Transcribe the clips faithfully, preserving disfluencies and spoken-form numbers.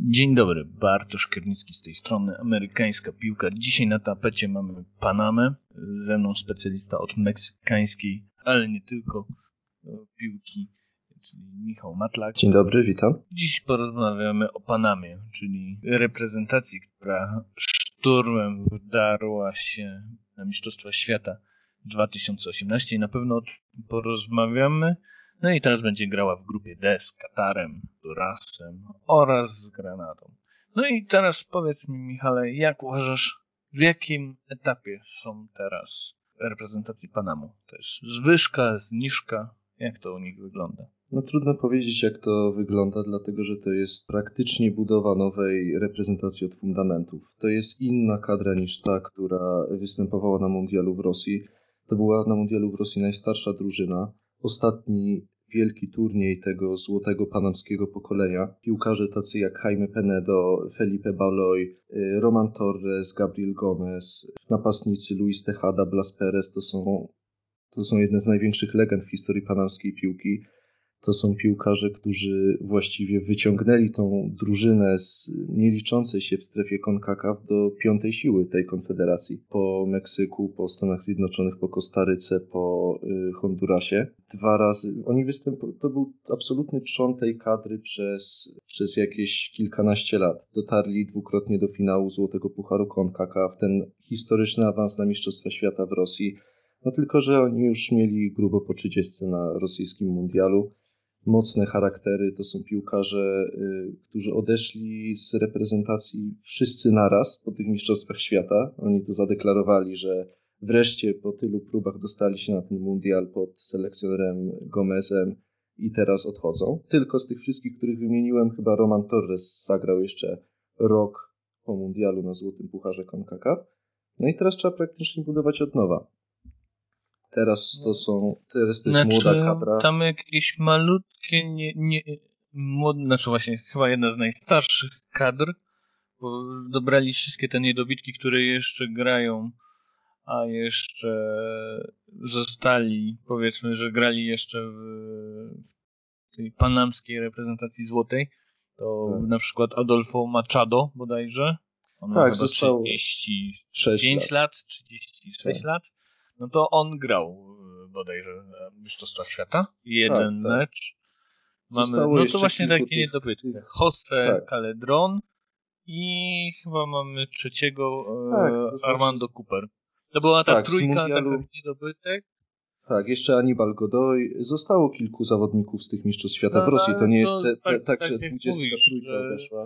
Dzień dobry, Bartosz Kiernicki z tej strony, amerykańska piłka. Dzisiaj na tapecie mamy Panamę, ze mną specjalista od meksykańskiej, ale nie tylko, piłki, czyli Michał Matlak. Dzień dobry, witam. Dziś porozmawiamy o Panamie, czyli reprezentacji, która szturmem wdarła się na Mistrzostwa Świata dwa tysiące osiemnaście i na pewno o tym porozmawiamy. No i teraz będzie grała w grupie D z Katarem, Hondurasem oraz z Granadą. No i teraz powiedz mi, Michale, jak uważasz, w jakim etapie są teraz reprezentacje Panamu? To jest zwyżka, zniżka? Jak to u nich wygląda? No trudno powiedzieć, jak to wygląda, dlatego że to jest praktycznie budowa nowej reprezentacji od fundamentów. To jest inna kadra niż ta, która występowała na mundialu w Rosji. To była na mundialu w Rosji najstarsza drużyna. Ostatni wielki turniej tego złotego panamskiego pokolenia. Piłkarze tacy jak Jaime Penedo, Felipe Baloy, Roman Torres, Gabriel Gomez, napastnicy Luis Tejada, Blas Perez to są, to są jedne z największych legend w historii panamskiej piłki. To są piłkarze, którzy właściwie wyciągnęli tą drużynę z nieliczącej się w strefie CONCACAF do piątej siły tej konfederacji. Po Meksyku, po Stanach Zjednoczonych, po Kostaryce, po y, Hondurasie. Dwa razy. Oni występowali, to był absolutny trzon tej kadry przez, przez jakieś kilkanaście lat. Dotarli dwukrotnie do finału Złotego Pucharu CONCACAF. Ten historyczny awans na Mistrzostwa Świata w Rosji. No tylko, że oni już mieli grubo po trzydziestce na rosyjskim mundialu. Mocne charaktery, to są piłkarze, y, którzy odeszli z reprezentacji wszyscy naraz po tych mistrzostwach świata. Oni to zadeklarowali, że wreszcie po tylu próbach dostali się na ten mundial pod selekcjonerem Gomezem i teraz odchodzą. Tylko z tych wszystkich, których wymieniłem, chyba Roman Torres zagrał jeszcze rok po mundialu na Złotym Pucharze CONCACAF. No i teraz trzeba praktycznie budować od nowa. Teraz to są, teraz to jest znaczy, młoda kadra. Tam jakieś malutkie, nie, nie, młode, znaczy właśnie chyba jedna z najstarszych kadr, bo dobrali wszystkie te niedobitki, które jeszcze grają, a jeszcze zostali, powiedzmy, że grali jeszcze w tej panamskiej reprezentacji złotej. To tak. Na przykład Adolfo Machado bodajże. On tak, ma chyba trzydzieści pięć lat, trzydzieści sześć tak. lat. No to on grał bodajże w Mistrzostwach Świata. Jeden tak, mecz. Tak. Mamy, no to właśnie takie tych, niedobytki. Tych... Jose tak. Caledron i chyba mamy trzeciego tak, to znaczy... Armando Cooper. To była ta tak, trójka mundialu... takich niedobytek. Tak, jeszcze Aníbal Godoy. Zostało kilku zawodników z tych Mistrzostw Świata no, w Rosji. To nie jest te, te, tak, tak, że dwudziestka trójka odeszła.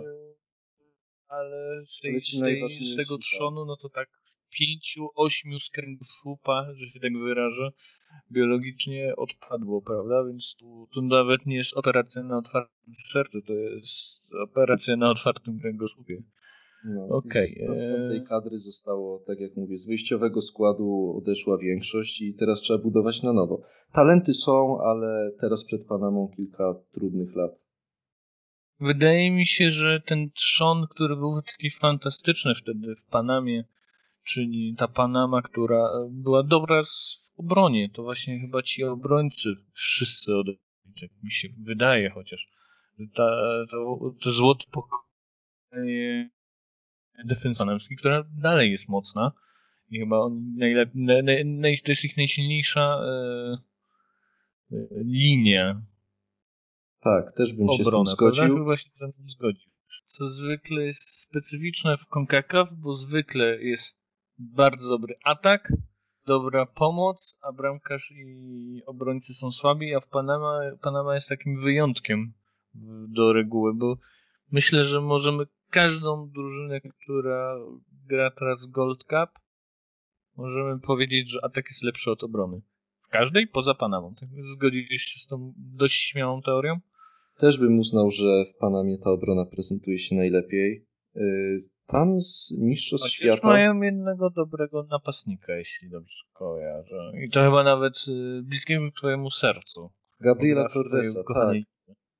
Ale z, tej, z, tej, z tego trzonu, no to tak pięciu, ośmiu z kręgosłupa, że się tak wyrażę, biologicznie odpadło, prawda? Więc tu, tu nawet nie jest operacja na otwartym sercu, to jest operacja na otwartym kręgosłupie. No, okay. Z następnej kadry zostało, tak jak mówię, z wyjściowego składu odeszła większość i teraz trzeba budować na nowo. Talenty są, ale teraz przed Panamą kilka trudnych lat. Wydaje mi się, że ten trzon, który był taki fantastyczny wtedy w Panamie, czyli ta Panama, która była dobra w obronie, to właśnie chyba ci obrońcy wszyscy odeszli, tak mi się wydaje chociaż. Ta, to, to złote pokolenie defensywnej, która dalej jest mocna i chyba oni najlepiej, naj, naj, to jest ich najsilniejsza e, e, linia. Tak, też bym obrona, się z tym zgodził. Chyba się z tym zgodził. Co zwykle jest specyficzne w CONCACAF, bo zwykle jest bardzo dobry atak, dobra pomoc, a bramkarz i obrońcy są słabi, a w Panama, Panama jest takim wyjątkiem do reguły, bo myślę, że możemy każdą drużynę, która gra teraz Gold Cup, możemy powiedzieć, że atak jest lepszy od obrony. W każdej poza Panamą. Tak? Zgodziłeś się z tą dość śmiałą teorią? Też bym uznał, że w Panamie ta obrona prezentuje się najlepiej. Tam z Mistrzostw Chociaż Świata... mają jednego dobrego napastnika, jeśli dobrze kojarzę. I to chyba nawet bliskiemu twojemu sercu. Gabriela Torresa, tak.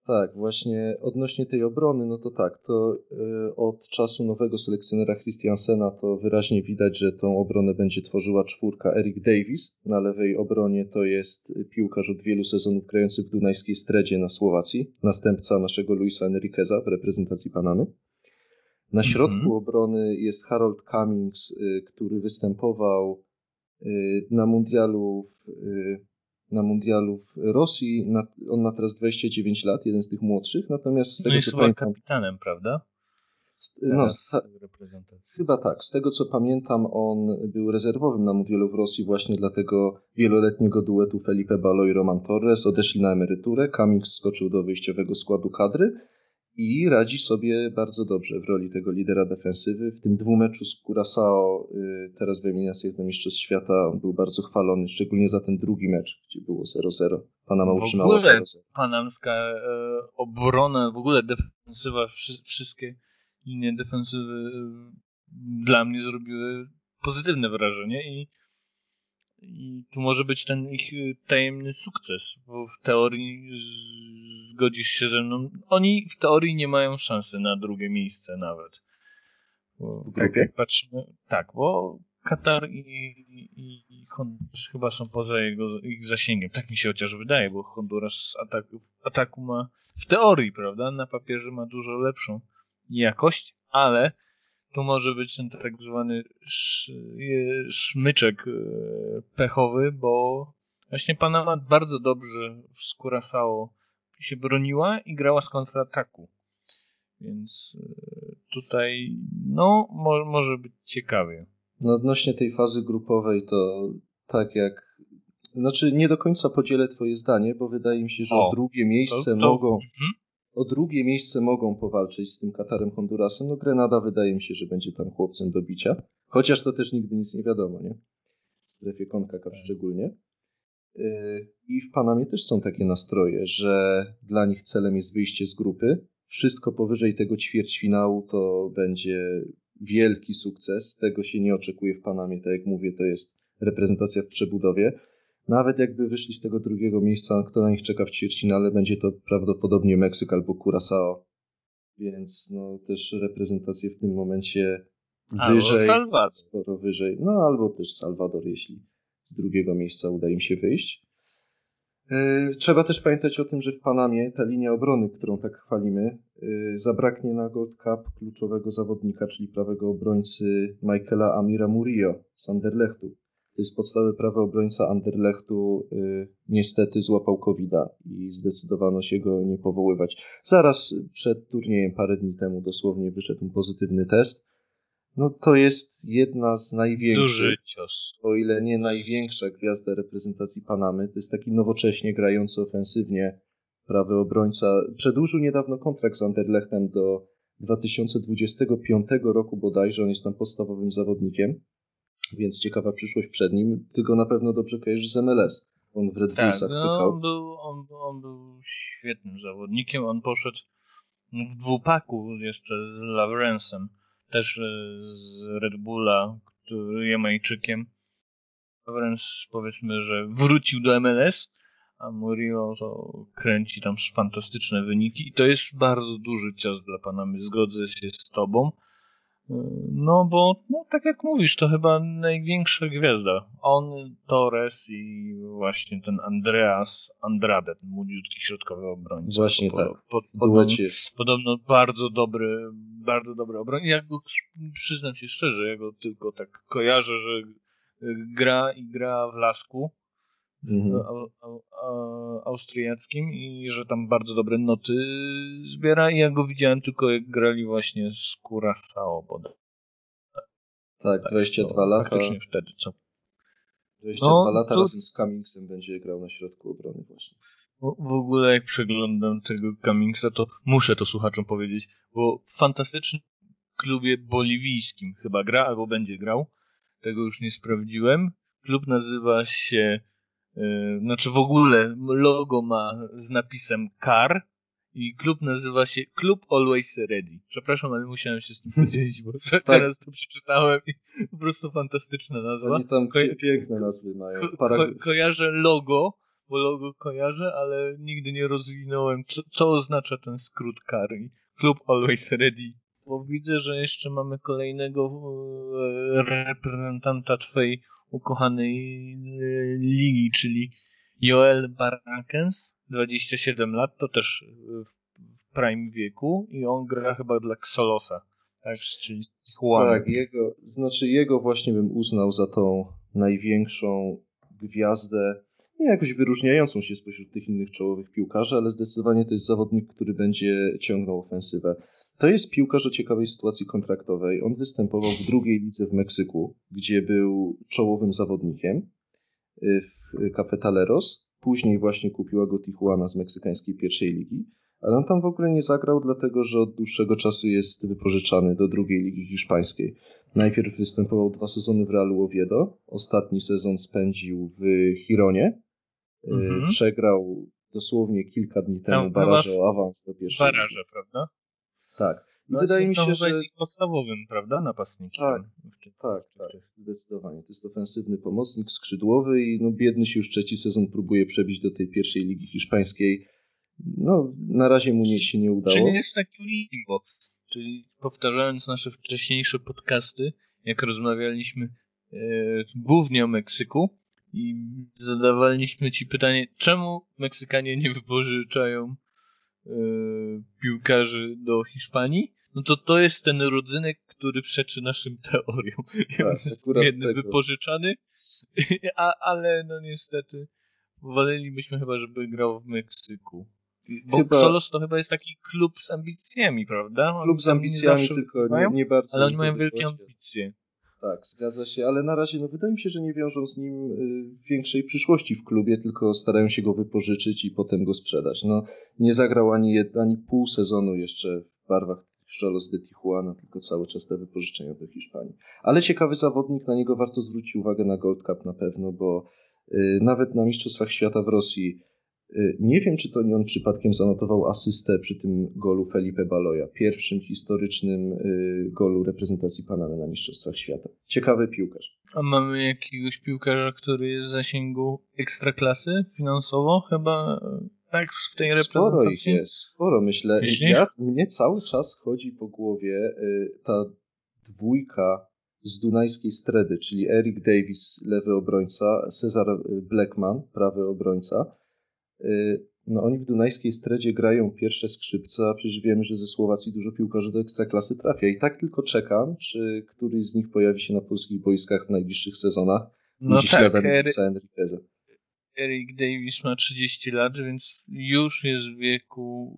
Tak, właśnie odnośnie tej obrony, no to tak, to y, od czasu nowego selekcjonera Christiansena to wyraźnie widać, że tą obronę będzie tworzyła czwórka Eric Davis. Na lewej obronie to jest piłkarz od wielu sezonów grający w dunajskiej Stredzie na Słowacji, następca naszego Luisa Enriqueza w reprezentacji Panamy. Na środku mhm. obrony jest Harold Cummings, y, który występował y, na mundialu w y, na mundialu w Rosji. On ma teraz dwadzieścia dziewięć lat, jeden z tych młodszych, natomiast z tego no co pamiętam... kapitanem, prawda? Z, no, ta, chyba tak. Z tego co pamiętam, on był rezerwowym na mundialu w Rosji właśnie dla tego wieloletniego duetu Felipe Balo i Roman Torres. Odeszli na emeryturę, Cummings skoczył do wyjściowego składu kadry i radzi sobie bardzo dobrze w roli tego lidera defensywy. W tym dwumeczu z Curaçao, teraz w eliminacjach do Mistrzostw Świata, on był bardzo chwalony, szczególnie za ten drugi mecz, gdzie było zero zero. Panama utrzymała zero zero. Panamska e, obrona, w ogóle defensywa, wszy, wszystkie linie defensywy e, dla mnie zrobiły pozytywne wrażenie i, i tu może być ten ich tajemny sukces, bo w teorii z, zgodzisz się ze mną, oni w teorii nie mają szansy na drugie miejsce nawet. Bo, tak jak patrzymy, tak, bo Katar i, i, i Honduras chyba są poza jego, ich zasięgiem. Tak mi się chociaż wydaje, bo Honduras ataku, ataku ma w teorii, prawda, na papierze ma dużo lepszą jakość, ale tu może być ten tak zwany sz, szmyczek pechowy, bo właśnie Panama bardzo dobrze z Curaçao się broniła i grała z kontrataku. Więc tutaj no mo- może być ciekawie. No odnośnie tej fazy grupowej to tak jak... Znaczy nie do końca podzielę twoje zdanie, bo wydaje mi się, że o, o drugie miejsce to, to... mogą... Mhm. O drugie miejsce mogą powalczyć z tym Katarem, Hondurasem. No Grenada wydaje mi się, że będzie tam chłopcem do bicia. Chociaż to też nigdy nic nie wiadomo, nie? W strefie CONCACAF tak. szczególnie. Yy, I w Panamie też są takie nastroje, że dla nich celem jest wyjście z grupy. Wszystko powyżej tego ćwierćfinału to będzie wielki sukces. Tego się nie oczekuje w Panamie. Tak jak mówię, to jest reprezentacja w przebudowie. Nawet jakby wyszli z tego drugiego miejsca, kto na nich czeka w ćwierćfinale, będzie to prawdopodobnie Meksyk albo Curaçao. Więc no też reprezentacje w tym momencie wyżej, sporo wyżej. No albo też Salwador, jeśli z drugiego miejsca uda im się wyjść. Yy, trzeba też pamiętać o tym, że w Panamie ta linia obrony, którą tak chwalimy, yy, zabraknie na Gold Cup kluczowego zawodnika, czyli prawego obrońcy Michaela Amira Murillo z Anderlechtu. To jest podstawowy prawy obrońca Anderlechtu, yy, niestety złapał kowida i zdecydowano się go nie powoływać. Zaraz przed turniejem, parę dni temu dosłownie wyszedł mu pozytywny test. No to jest jedna z największych, duży cios. O ile nie największa gwiazda reprezentacji Panamy. To jest taki nowocześnie grający ofensywnie prawy obrońca. Przedłużył niedawno kontrakt z Anderlechtem do dwa tysiące dwudziestego piątego roku bodajże. On jest tam podstawowym zawodnikiem, więc ciekawa przyszłość przed nim. Ty go na pewno dobrze kojarzysz z M L S. On w Red Bullsach tak, no, pykał. On był, on, on był świetnym zawodnikiem. On poszedł w dwupaku jeszcze z Lawrence'em, też z Red Bulla, który Jamajczykiem. Lawrence powiedzmy, że wrócił do M L S, a Murillo to kręci tam fantastyczne wyniki i to jest bardzo duży cios dla Panamy, zgodzę się z tobą. No bo, no tak jak mówisz, to chyba największa gwiazda. On, Torres i właśnie ten Andreas Andrade, ten młodziutki środkowy obrońca. Właśnie po, tak, po, w podobno, duecie. podobno bardzo dobry, bardzo dobry obrońca. Ja go, przyznam się szczerze, ja go tylko tak kojarzę, że gra i gra w Lasku. Mhm. Au, au, au, austriackim i że tam bardzo dobre noty zbiera i ja go widziałem tylko jak grali właśnie z Curaçao bodaj. Tak, dwadzieścia dwa lata. Faktycznie wtedy, co? dwadzieścia dwa no, lata to... razem z Cummingsem będzie grał na środku obrony właśnie. W ogóle jak przeglądam tego Cummingsa, to muszę to słuchaczom powiedzieć, bo w fantastycznym klubie boliwijskim chyba gra albo będzie grał. Tego już nie sprawdziłem. Klub nazywa się Yy, znaczy w ogóle logo ma z napisem Car i klub nazywa się Club Always Ready. Przepraszam, ale musiałem się z tym podzielić, bo tak. Teraz to przeczytałem i po prostu fantastyczna nazwa. Oni tam Ko- piękne nazwy mają. Ko- ko- kojarzę logo, bo logo kojarzę, ale nigdy nie rozwinąłem, co, co oznacza ten skrót C A R. Club Always Ready. Bo widzę, że jeszcze mamy kolejnego e, reprezentanta twojej ukochanej e, ligi, czyli Joel Barrackens, dwadzieścia siedem lat, to też w prime wieku i on gra chyba dla Xolosa, tak, czyli Tijuana. Tak, jego, znaczy jego właśnie bym uznał za tą największą gwiazdę, nie jakoś wyróżniającą się spośród tych innych czołowych piłkarzy, ale zdecydowanie to jest zawodnik, który będzie ciągnął ofensywę. To jest piłkarz o ciekawej sytuacji kontraktowej. On występował w drugiej lidze w Meksyku, gdzie był czołowym zawodnikiem w Cafetaleros. Później właśnie kupiła go Tijuana z meksykańskiej pierwszej ligi, ale on tam w ogóle nie zagrał, dlatego że od dłuższego czasu jest wypożyczany do drugiej ligi hiszpańskiej. Najpierw występował dwa sezony w Realu Oviedo, ostatni sezon spędził w Gironie. Mhm. Przegrał dosłownie kilka dni temu Tam baraże o awans do pierwszej baraże, ligi. Prawda? Tak. I no wydaje i mi się, że... jest ich podstawowym, prawda, napastnikiem. Tak, tak, tak, zdecydowanie. To jest ofensywny pomocnik, skrzydłowy i no biedny się już trzeci sezon próbuje przebić do tej pierwszej ligi hiszpańskiej. No, na razie mu nie, się nie udało. Czyli jest taki limbo. Czyli powtarzając nasze wcześniejsze podcasty, jak rozmawialiśmy e, głównie o Meksyku i zadawaliśmy ci pytanie, czemu Meksykanie nie wypożyczają e, piłkarzy do Hiszpanii? No to to jest ten rodzynek, który przeczy naszym teoriom. Tak, akurat Jeden tego. wypożyczany, a, ale no niestety wolelibyśmy chyba, żeby grał w Meksyku. Bo chyba... Xolos to chyba jest taki klub z ambicjami, prawda? Klub z ambicjami, tylko nie, nie bardzo. Ale oni mają wielkie ambicje. Tak, zgadza się, ale na razie no, wydaje mi się, że nie wiążą z nim y, większej przyszłości w klubie, tylko starają się go wypożyczyć i potem go sprzedać. No, nie zagrał ani, jed, ani pół sezonu jeszcze w barwach Xolos de Tijuana, tylko cały czas te wypożyczenia do Hiszpanii. Ale ciekawy zawodnik, na niego warto zwrócić uwagę na Gold Cup na pewno, bo y, nawet na Mistrzostwach Świata w Rosji nie wiem, czy to nie on przypadkiem zanotował asystę przy tym golu Felipe Baloya, pierwszym historycznym y, golu reprezentacji Panamy na Mistrzostwach Świata. Ciekawy piłkarz. A mamy jakiegoś piłkarza, który jest w zasięgu ekstraklasy finansowo? Chyba tak w tej reprezentacji? Sporo ich jest, sporo myślę. Ja, mnie cały czas chodzi po głowie y, ta dwójka z dunajskiej Stredy, czyli Eric Davis, lewy obrońca, Cezar Blackman, prawy obrońca. No oni w dunajskiej Stredzie grają pierwsze skrzypce, a przecież wiemy, że ze Słowacji dużo piłkarzy do ekstraklasy trafia. I tak tylko czekam, czy któryś z nich pojawi się na polskich boiskach w najbliższych sezonach. No tak, śladami Enriqueza. Eric Davis ma trzydzieści lat, więc już jest w wieku,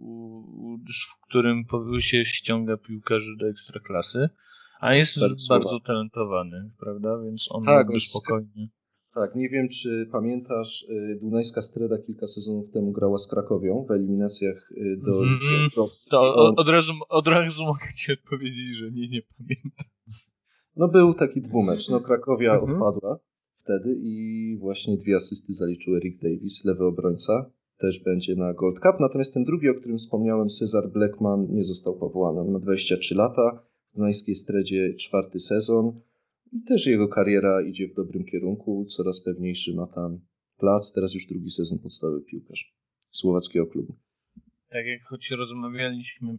w którym się ściąga piłkarzy do ekstraklasy, a jest tak, bardzo słowa. talentowany, prawda? Więc on tak, mógłby spokojnie... Tak, nie wiem, czy pamiętasz, Dunajska Streda kilka sezonów temu grała z Krakowią w eliminacjach do mm, Ligi To on... od, razu, od razu mogę ci odpowiedzieć, że nie, nie pamiętam. No był taki dwumecz, no Krakowia mm-hmm. odpadła wtedy i właśnie dwie asysty zaliczył Eric Davis, lewy obrońca, też będzie na Gold Cup, natomiast ten drugi, o którym wspomniałem, Cezar Blackman, nie został powołany, on ma dwadzieścia trzy lata, w Dunajskiej Stredzie czwarty sezon. I też jego kariera idzie w dobrym kierunku, coraz pewniejszy ma tam plac, teraz już drugi sezon podstawowy piłkarz słowackiego klubu. Tak jak choć rozmawialiśmy,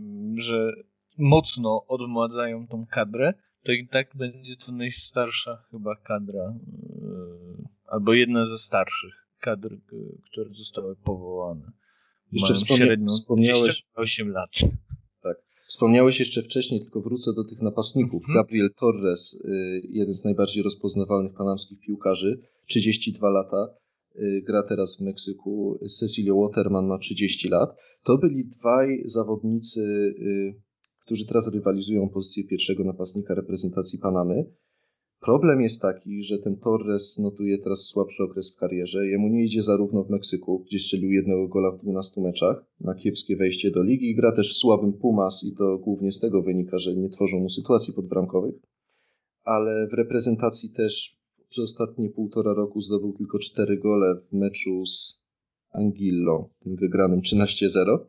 że mocno odmładzają tą kadrę, to i tak będzie to najstarsza chyba kadra, albo jedna ze starszych kadr, które zostały powołane. Jeszcze Mają wspomnia- średnią wspomniałeś... dwadzieścia osiem lat. Tak. Wspomniałeś jeszcze wcześniej, tylko wrócę do tych napastników. Mm-hmm. Gabriel Torres, jeden z najbardziej rozpoznawalnych panamskich piłkarzy, trzydzieści dwa lata, gra teraz w Meksyku. Cecilio Waterman ma trzydzieści lat. To byli dwaj zawodnicy, którzy teraz rywalizują o pozycję pierwszego napastnika reprezentacji Panamy. Problem jest taki, że ten Torres notuje teraz słabszy okres w karierze. Jemu nie idzie zarówno w Meksyku, gdzie strzelił jednego gola w dwunastu meczach, ma kiepskie wejście do ligi, gra też w słabym Pumas i to głównie z tego wynika, że nie tworzą mu sytuacji podbramkowych, ale w reprezentacji też przez ostatnie półtora roku zdobył tylko cztery gole w meczu z Anguillą, tym wygranym trzynaście zero.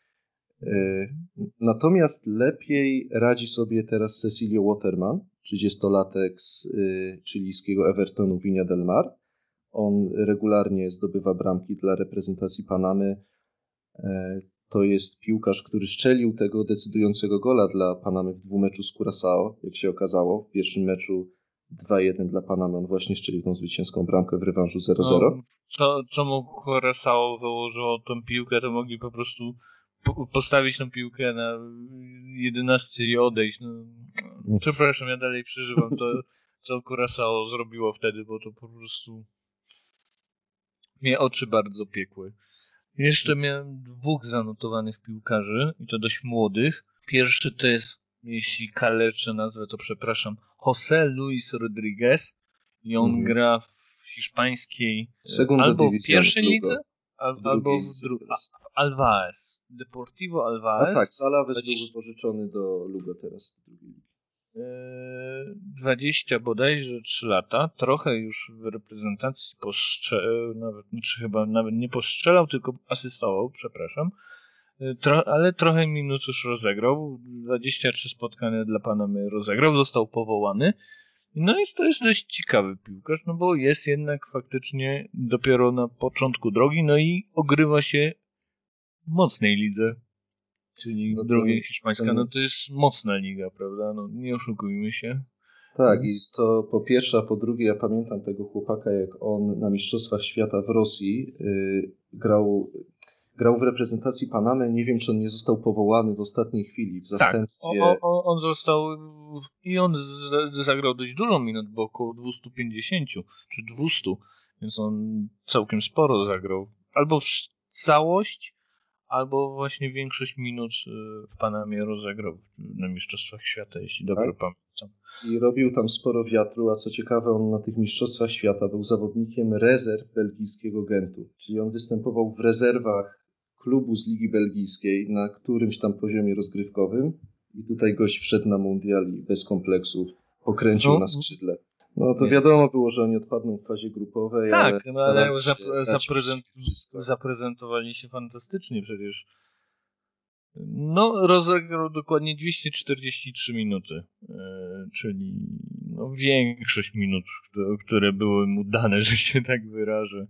Natomiast lepiej radzi sobie teraz Cecilio Waterman, trzydziestolatek z chilijskiego Evertonu Viña del Mar. On regularnie zdobywa bramki dla reprezentacji Panamy. To jest piłkarz, który strzelił tego decydującego gola dla Panamy w dwumeczu z Curaçao, jak się okazało. W pierwszym meczu dwa jeden dla Panamy. On właśnie strzelił tą zwycięską bramkę w rewanżu zero zero. No, co, co mu Curaçao wyłożyło tą piłkę, to mogli po prostu po, postawić tą piłkę na jedenastce i odejść. No, przepraszam, ja dalej przeżywam to, co Curaçao zrobiło wtedy, bo to po prostu mnie oczy bardzo piekły. Jeszcze miałem dwóch zanotowanych piłkarzy, i to dość młodych. Pierwszy to jest, jeśli kaleczę nazwę, to przepraszam, José Luis Rodríguez. I on mhm. gra w hiszpańskiej Segunda albo w División pierwszej Lugo. lidze, al, w albo w drugiej. Alvarez. Deportivo Alvarez. A tak, z Alaves dwadzieścia... był wypożyczony do Lugo teraz. dwadzieścia bodajże trzy lata, trochę już w reprezentacji postrzelał, nawet, znaczy chyba nawet nie postrzelał, tylko asystował, przepraszam, Tro, ale trochę minut już rozegrał, dwadzieścia trzy spotkania dla Panamy rozegrał, został powołany. No i to jest dość ciekawy piłkarz, no bo jest jednak faktycznie dopiero na początku drogi, no i ogrywa się w mocnej lidze. Czyli no druga hiszpańska, ten... no to jest mocna liga, prawda? No nie oszukujmy się. Tak, Więc... i to po pierwsze, a po drugie, ja pamiętam tego chłopaka, jak on na Mistrzostwach Świata w Rosji yy, grał, grał w reprezentacji Panamy. Nie wiem, czy on nie został powołany w ostatniej chwili w zastępstwie. Tak, on, on został i on zagrał dość dużo minut, bo około dwieście pięćdziesiąt czy dwieście, więc on całkiem sporo zagrał. Albo w całość, albo właśnie większość minut w Panamie rozegrał na Mistrzostwach Świata, jeśli dobrze tak? pamiętam. I robił tam sporo wiatru, a co ciekawe, on na tych Mistrzostwach Świata był zawodnikiem rezerw belgijskiego Gentu. Czyli on występował w rezerwach klubu z Ligi Belgijskiej na którymś tam poziomie rozgrywkowym i tutaj gość wszedł na mundial i bez kompleksów pokręcił no. na skrzydle. No to Więc... wiadomo było, że oni odpadną w fazie grupowej, tak, ale no, ale zap- zaprezent- zaprezentowali się fantastycznie przecież. No, rozegrał dokładnie dwieście czterdzieści trzy minuty, yy, czyli no, większość minut, które były mu dane, że się tak wyrażę.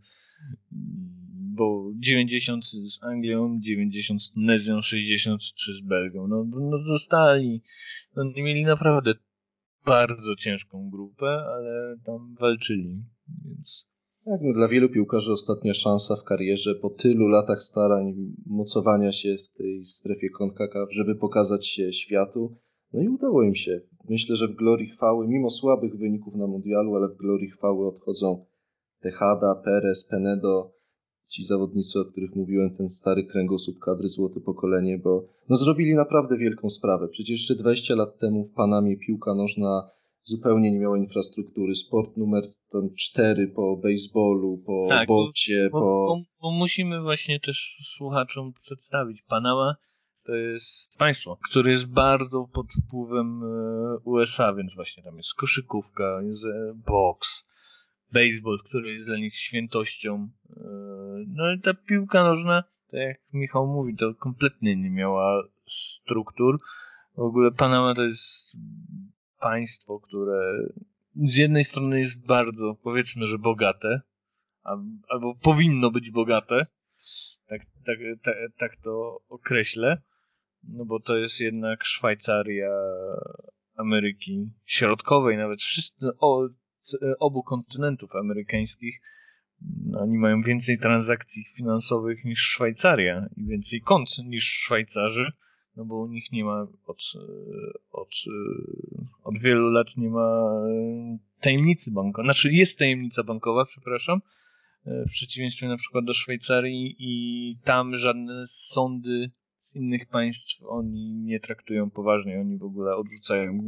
Bo dziewięćdziesiąt z Anglią, dziewięćdziesiąt z Tunezją, sześćdziesiąt trzy z Belgią. No, no zostali, no, mieli naprawdę bardzo ciężką grupę, ale tam walczyli, więc... Tak, no dla wielu piłkarzy ostatnia szansa w karierze po tylu latach starań, mocowania się w tej strefie CONCACAF, żeby pokazać się światu. No i udało im się. Myślę, że w glorii chwały, mimo słabych wyników na mundialu, ale w glorii chwały odchodzą Tejada, Perez, Penedo, ci zawodnicy, o których mówiłem, ten stary kręgosłup kadry Złote Pokolenie, bo no zrobili naprawdę wielką sprawę. Przecież jeszcze dwadzieścia lat temu w Panamie piłka nożna zupełnie nie miała infrastruktury. Sport numer tam cztery po baseballu, po tak, boksie, bo, po... Bo, bo musimy właśnie też słuchaczom przedstawić. Panama to jest państwo, które jest bardzo pod wpływem U S A, więc właśnie tam jest koszykówka, jest boks, baseball, który jest dla nich świętością. No i ta piłka nożna, tak jak Michał mówi, to kompletnie nie miała struktur. W ogóle Panama to jest państwo, które z jednej strony jest bardzo, powiedzmy, że bogate, albo powinno być bogate, tak, tak, tak, tak to określę, no bo to jest jednak Szwajcaria Ameryki Środkowej, nawet wszyscy, o, obu kontynentów amerykańskich. Oni mają więcej transakcji finansowych niż Szwajcaria i więcej kont niż Szwajcarzy, no bo u nich nie ma od, od, od wielu lat nie ma tajemnicy bankowej. Znaczy jest tajemnica bankowa, przepraszam, w przeciwieństwie na przykład do Szwajcarii i tam żadne sądy z innych państw oni nie traktują poważnie, oni w ogóle odrzucają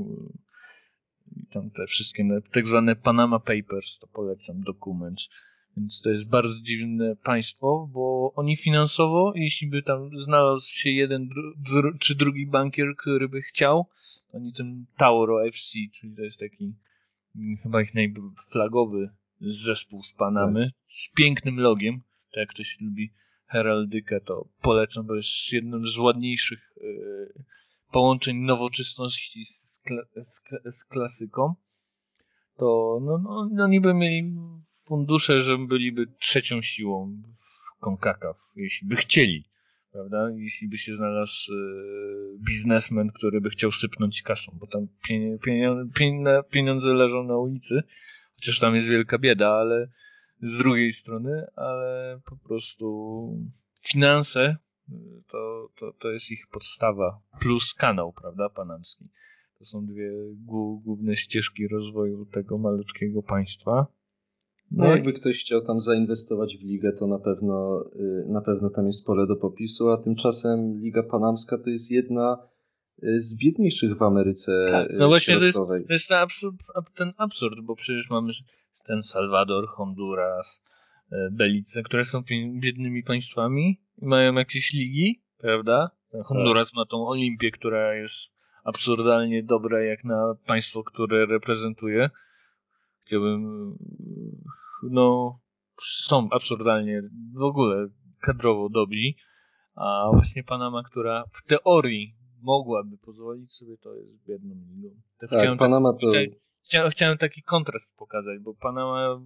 tam te wszystkie tak zwane Panama Papers, to polecam dokument. Więc to jest bardzo dziwne państwo, bo oni finansowo, jeśli by tam znalazł się jeden dru- czy drugi bankier, który by chciał, to oni ten Tauro F C, czyli to jest taki chyba ich najflagowy zespół z Panamy, tak. Z pięknym logiem, to jak ktoś lubi heraldykę, to polecam, bo jest jednym z ładniejszych yy, połączeń nowoczesności z, kla- z, z klasyką. To no, no, no niby mieli fundusze, że byliby trzecią siłą w CONCACAF, jeśli by chcieli, prawda? Jeśli by się znalazł e, biznesmen, który by chciał sypnąć kasą, bo tam pienie, pienie, pieniądze leżą na ulicy, chociaż tam jest wielka bieda, ale z drugiej strony, ale po prostu finanse to, to, to jest ich podstawa, plus kanał, prawda, panamski. To są dwie główne ścieżki rozwoju tego malutkiego państwa. No, no jakby i... ktoś chciał tam zainwestować w ligę, to na pewno, na pewno tam jest pole do popisu, a tymczasem Liga Panamska to jest jedna z biedniejszych w Ameryce tak, no właśnie Środkowej. To jest, to jest ten, absurd, ten absurd, bo przecież mamy ten Salwador, Honduras, Belize, które są biednymi państwami i mają jakieś ligi, prawda? Honduras tak. ma tą Olimpię, która jest absurdalnie dobra jak na państwo, które reprezentuje. Chciałbym, no, są absurdalnie w ogóle kadrowo dobrzy, a właśnie Panama, która w teorii mogłaby pozwolić sobie, to jest biedną ligą. To tak, chciałem Panama taki, to... Chciałem, chciałem taki kontrast pokazać, bo Panama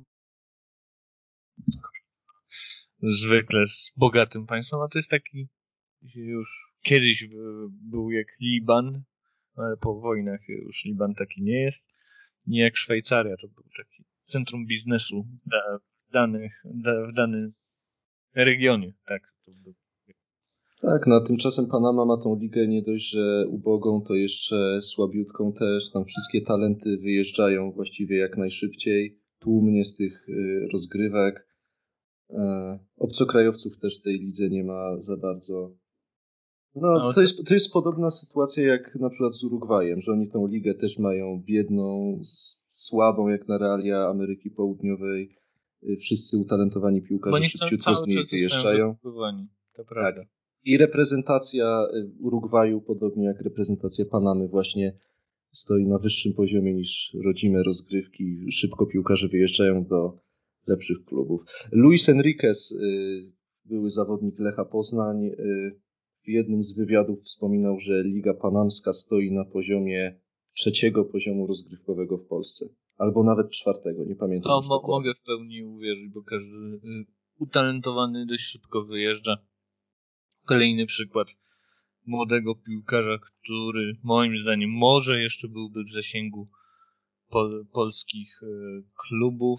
zwykle z bogatym państwem, a to jest taki już kiedyś był jak Liban, ale po wojnach już Liban taki nie jest. Nie jak Szwajcaria, to był taki centrum biznesu w, danych, w danym regionie. Tak, to był. Tak, no a tymczasem Panama ma tą ligę nie dość, że ubogą, to jeszcze słabiutką też. Tam wszystkie talenty wyjeżdżają właściwie jak najszybciej. Tłumnie z tych rozgrywek. Obcokrajowców też w tej lidze nie ma za bardzo. No, to jest, to jest podobna sytuacja jak na przykład z Urugwajem, że oni tą ligę też mają biedną, słabą jak na realia Ameryki Południowej. Wszyscy utalentowani piłkarze szybciutko z niej wyjeżdżają. To prawda. Tak. I reprezentacja Urugwaju, podobnie jak reprezentacja Panamy, właśnie stoi na wyższym poziomie niż rodzime rozgrywki. Szybko piłkarze wyjeżdżają do lepszych klubów. Luis Enriquez, były zawodnik Lecha Poznań, w jednym z wywiadów wspominał, że Liga Panamska stoi na poziomie trzeciego poziomu rozgrywkowego w Polsce. Albo nawet czwartego, nie pamiętam. To mo- mogę w pełni uwierzyć, bo każdy y, utalentowany dość szybko wyjeżdża. Kolejny przykład młodego piłkarza, który moim zdaniem może jeszcze byłby w zasięgu pol- polskich y, klubów.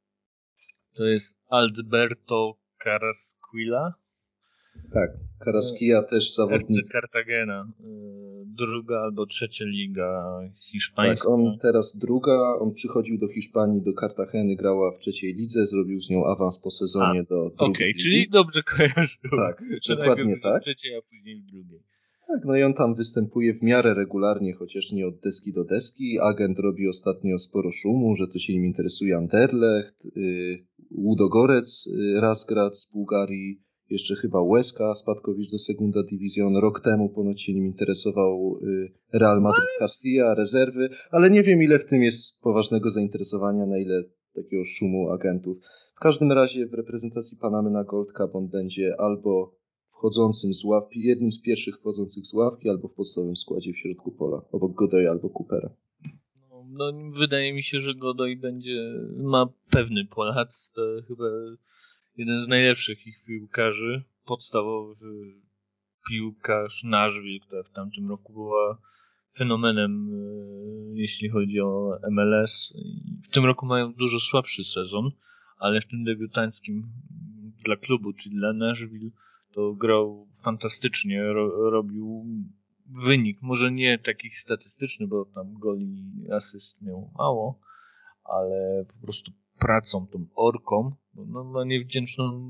To jest Alberto Carrasquilla. Tak, Carrasquilla też zawodnik. F C Cartagena, druga albo trzecia liga hiszpańska. Tak, on teraz druga, on przychodził do Hiszpanii, do Cartageny, grała w trzeciej lidze, zrobił z nią awans po sezonie a, do drugiej Okej, okay, czyli dobrze kojarzył. Tak, dokładnie tak. W trzeciej, a później w drugiej. Tak, no i on tam występuje w miarę regularnie, chociaż nie od deski do deski. Agent robi ostatnio sporo szumu, że to się im interesuje Anderlecht, yy, Łudogorec, yy, Razgrad z Bułgarii, jeszcze chyba Łeska spadkowicz do Segunda Division. Rok temu ponoć się nim interesował yy, Real Madrid Castilla, rezerwy, ale nie wiem ile w tym jest poważnego zainteresowania, na ile takiego szumu agentów. W każdym razie w reprezentacji Panamy na Gold Cup on będzie albo wchodzącym z ławki, jednym z pierwszych wchodzących z ławki, albo w podstawowym składzie w środku pola, obok Godoya albo Coopera. No, no, wydaje mi się, że Godoy będzie, ma pewny płat, to chyba jeden z najlepszych ich piłkarzy, podstawowy piłkarz Nashville, która w tamtym roku była fenomenem, jeśli chodzi o M L S. W tym roku mają dużo słabszy sezon, ale w tym debiutanckim dla klubu, czyli dla Nashville, to grał fantastycznie, ro, robił wynik, może nie takich statystyczny, bo tam goli i asyst miał mało, ale po prostu pracą, tą orką, no, ma niewdzięczną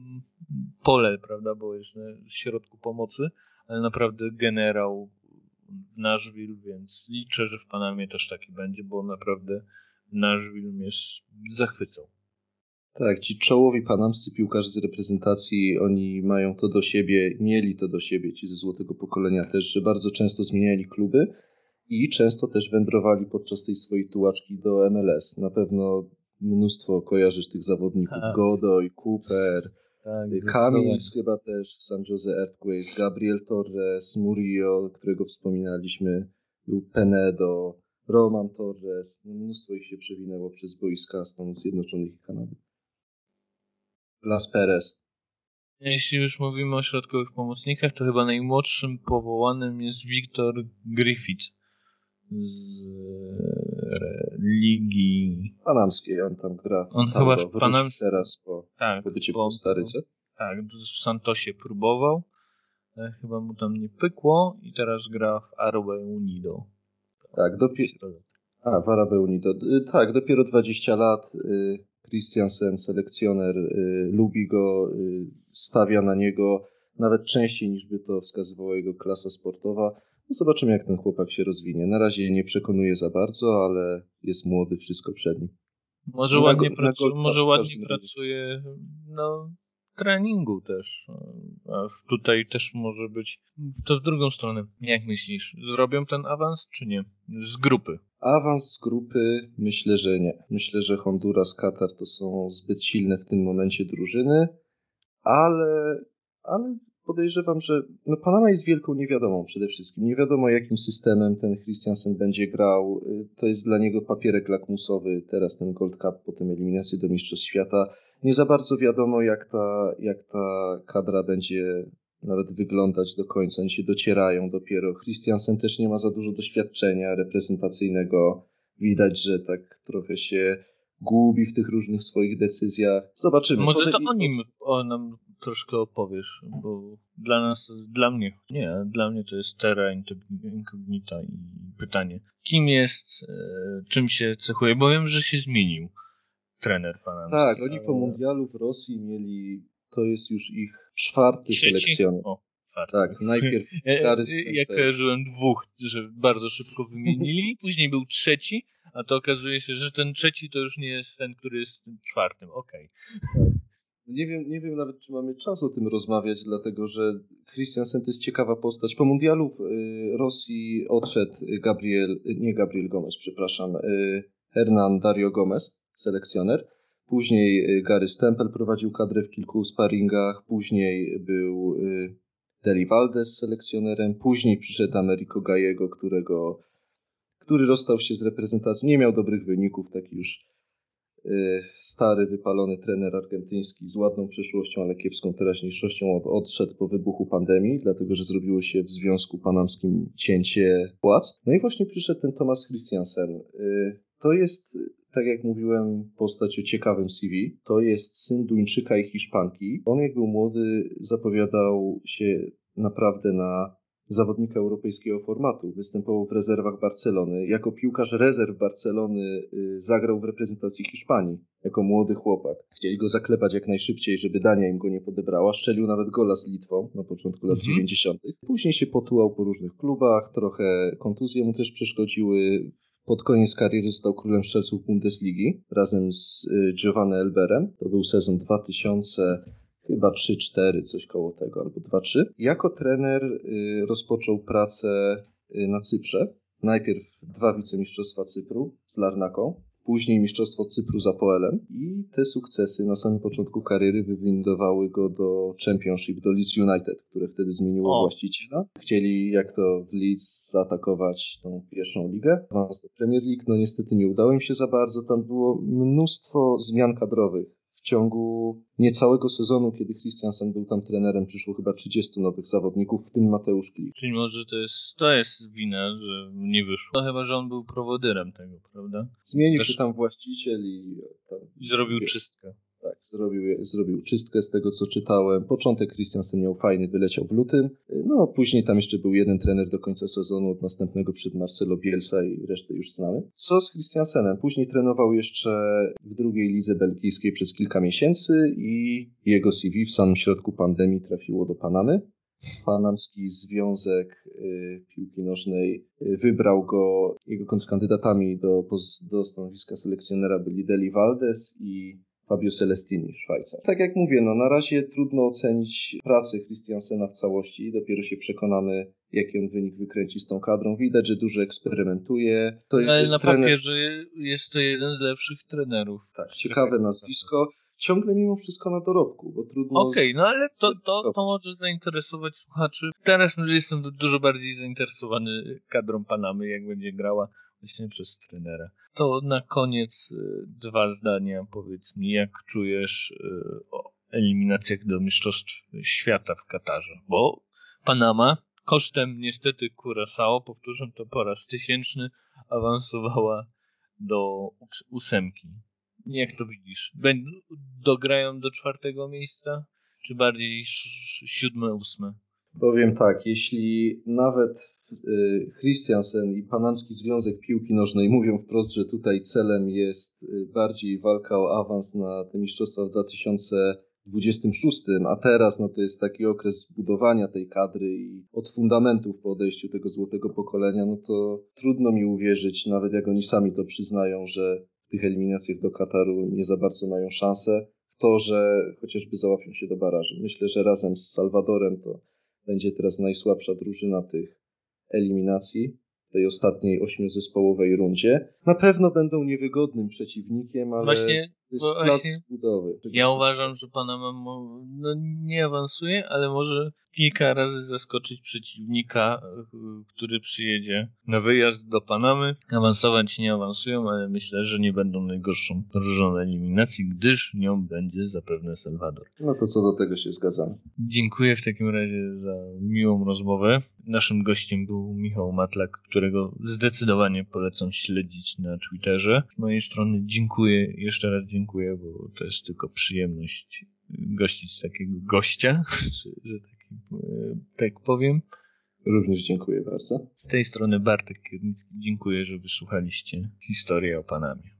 pole, prawda, bo jest w środku pomocy, ale naprawdę generał w Nashville, więc liczę, że w Panamie też taki będzie, bo naprawdę Nashville mnie zachwycał. Tak, ci czołowi panamscy piłkarze z reprezentacji, oni mają to do siebie, mieli to do siebie, ci ze złotego pokolenia też, że bardzo często zmieniali kluby i często też wędrowali podczas tej swojej tułaczki do M L S. Na pewno mnóstwo kojarzysz tych zawodników. Tak. Godoy, Cooper, tak, Camils chyba też w San Jose Earthquakes, Gabriel Torres, Murillo, którego wspominaliśmy, był Penedo, Roman Torres, no mnóstwo ich się przewinęło przez boiska Stanów Zjednoczonych i Kanady. Las Perez. Jeśli już mówimy o środkowych pomocnikach, to chyba najmłodszym powołanym jest Victor Griffith z Ligi Panamskiej, on tam gra. On Tauro. chyba w Wrócił Panamskim. teraz po Tak, pobycie w bo, Kostaryce. tak, w Santosie próbował, ale chyba mu tam nie pykło i teraz gra w Arobe Unido. Tak, dopiero. A, w Arobe Unido. Tak, dopiero dwadzieścia lat. Christiansen, selekcjoner, y, lubi go, y, stawia na niego nawet częściej niż by to wskazywała jego klasa sportowa. No zobaczymy, jak ten chłopak się rozwinie. Na razie nie przekonuje za bardzo, ale jest młody, wszystko przed nim. Może na ładnie, go, pracu- na może w ładnie razie. pracuje no, w treningu też. A tutaj też może być to w drugą stronę. Jak myślisz, zrobią ten awans czy nie? Z grupy. Awans z grupy myślę, że nie. Myślę, że Honduras, Katar to są zbyt silne w tym momencie drużyny, ale, ale podejrzewam, że no Panama jest wielką niewiadomą przede wszystkim. Nie wiadomo, jakim systemem ten Christiansen będzie grał. To jest dla niego papierek lakmusowy, teraz ten Gold Cup, potem eliminacje do Mistrzostw Świata. Nie za bardzo wiadomo, jak ta, jak ta kadra będzie nawet wyglądać do końca. Oni się docierają dopiero. Christiansen też nie ma za dużo doświadczenia reprezentacyjnego. Widać, że tak trochę się gubi w tych różnych swoich decyzjach. Zobaczymy. Może to Podej- o nim o nam troszkę opowiesz, bo dla nas, dla mnie, nie, dla mnie to jest terra incognita i pytanie, kim jest, e, czym się cechuje, bo wiem, że się zmienił trener panamski. Tak, oni ale... po mundialu w Rosji mieli, to jest już ich czwarty Trzeci? selekcjoner. O, czwarty. Tak, najpierw Gary Stempel. Ja kojarzyłem dwóch, że bardzo szybko wymienili, później był trzeci, a to okazuje się, że ten trzeci to już nie jest ten, który jest tym czwartym. Okej. Okay. Tak. Nie wiem, nie wiem nawet, czy mamy czas o tym rozmawiać, dlatego że Christiansen to jest ciekawa postać. Po mundialu w y, Rosji odszedł Gabriel, nie Gabriel Gomez, przepraszam, y, Hernan Dario Gomez, selekcjoner. Później y, Gary Stempel prowadził kadrę w kilku sparingach, później był y, Deli Valdez selekcjonerem, później przyszedł Americo Gallego, którego, który rozstał się z reprezentacją, nie miał dobrych wyników, taki już stary, wypalony trener argentyński z ładną przeszłością, ale kiepską teraźniejszością od, odszedł po wybuchu pandemii, dlatego że zrobiło się w Związku Panamskim cięcie płac. No i właśnie przyszedł ten Thomas Christiansen. To jest, tak jak mówiłem, postać o ciekawym C V. To jest syn Duńczyka i Hiszpanki. On jak był młody zapowiadał się naprawdę na zawodnika europejskiego formatu. Występował w rezerwach Barcelony. Jako piłkarz rezerw Barcelony zagrał w reprezentacji Hiszpanii. Jako młody chłopak. Chcieli go zaklepać jak najszybciej, żeby Dania im go nie podebrała. Strzelił nawet gola z Litwą na początku lat dziewięćdziesiątych. Później się potułał po różnych klubach. Trochę kontuzje mu też przeszkodziły. Pod koniec kariery został królem strzelców Bundesligi razem z Giovanni Elberem. To był sezon dwa tysiące chyba trzy cztery, coś koło tego, albo dwa trzy. Jako trener y, rozpoczął pracę y, na Cyprze. Najpierw dwa wicemistrzostwa Cypru z Larnaką, później mistrzostwo Cypru z Apoelem i te sukcesy na samym początku kariery wywindowały go do Championship, do Leeds United, które wtedy zmieniło o. właściciela. Chcieli, jak to w Leeds, zaatakować tą pierwszą ligę. Awans do Premier League, no niestety nie udało im się za bardzo. Tam było mnóstwo zmian kadrowych. W ciągu niecałego sezonu, kiedy Christiansen był tam trenerem, przyszło chyba trzydziestu nowych zawodników, w tym Mateusz Klich. Czyli może to jest, to jest wina, że nie wyszło. No chyba, że on był prowodyrem tego, prawda? Zmienił Też... się tam właściciel i... Tam, I zrobił wie, czystkę. Tak, zrobił, zrobił czystkę z tego, co czytałem. Początek Christiansen miał fajny, wyleciał w lutym. No, później tam jeszcze był jeden trener do końca sezonu, od następnego przyszedł Marcelo Bielsa i resztę już znamy. Co z Christiansenem? Później trenował jeszcze w drugiej lidze belgijskiej przez kilka miesięcy i jego C V w samym środku pandemii trafiło do Panamy. Panamski Związek y, Piłki Nożnej y, wybrał go, jego kontrkandydatami do, do stanowiska selekcjonera byli Deli Valdez i Fabio Celestini, Szwajcar. Tak jak mówię, no na razie trudno ocenić pracę Christiansena w całości. Dopiero się przekonamy, jaki on wynik wykręci z tą kadrą. Widać, że dużo eksperymentuje. To Ale jest na trener... papierze jest to jeden z lepszych trenerów. Tak, ciekawe nazwisko. ciągle mimo wszystko na dorobku, bo trudno... Okej, okay, no ale to, to, to zweryfikować. może zainteresować słuchaczy. Teraz jestem dużo bardziej zainteresowany kadrą Panamy, jak będzie grała właśnie przez trenera. To na koniec y, dwa zdania. Powiedz mi, jak czujesz y, o eliminacjach do Mistrzostw Świata w Katarze? Bo Panama kosztem niestety Curaçao, powtórzę to po raz tysięczny, awansowała do ósemki. Jak to widzisz? Będą, dograją do czwartego miejsca? Czy bardziej sz- siódme, ósme? Powiem tak, jeśli nawet y, Christiansen i Panamski Związek Piłki Nożnej mówią wprost, że tutaj celem jest y, bardziej walka o awans na te mistrzostwa w dwa tysiące dwudziestym szóstym, a teraz no to jest taki okres budowania tej kadry i od fundamentów po odejściu tego złotego pokolenia, no to trudno mi uwierzyć, nawet jak oni sami to przyznają, że w tych eliminacjach do Kataru nie za bardzo mają szansę, w to, że chociażby załapią się do baraży. Myślę, że razem z Salwadorem to będzie teraz najsłabsza drużyna tych eliminacji, tej ostatniej ośmiozespołowej rundzie. Na pewno będą niewygodnym przeciwnikiem, ale Właśnie, to jest bo plac właśnie budowy. ja uważam, że Panama mo- no, nie awansuje, ale może kilka razy zaskoczyć przeciwnika, y, który przyjedzie na wyjazd do Panamy. Awansować nie awansują, ale myślę, że nie będą najgorszą drużyną eliminacji, gdyż nią będzie zapewne Salwador. No to co do tego się zgadzamy. Dziękuję w takim razie za miłą rozmowę. Naszym gościem był Michał Matlak, którego zdecydowanie polecam śledzić na Twitterze. Z mojej strony dziękuję, jeszcze raz dziękuję, bo to jest tylko przyjemność gościć takiego gościa, że tak, tak powiem. Również dziękuję bardzo. Z tej strony Bartek Kiernicki. Dziękuję, że wysłuchaliście historii o Panamie.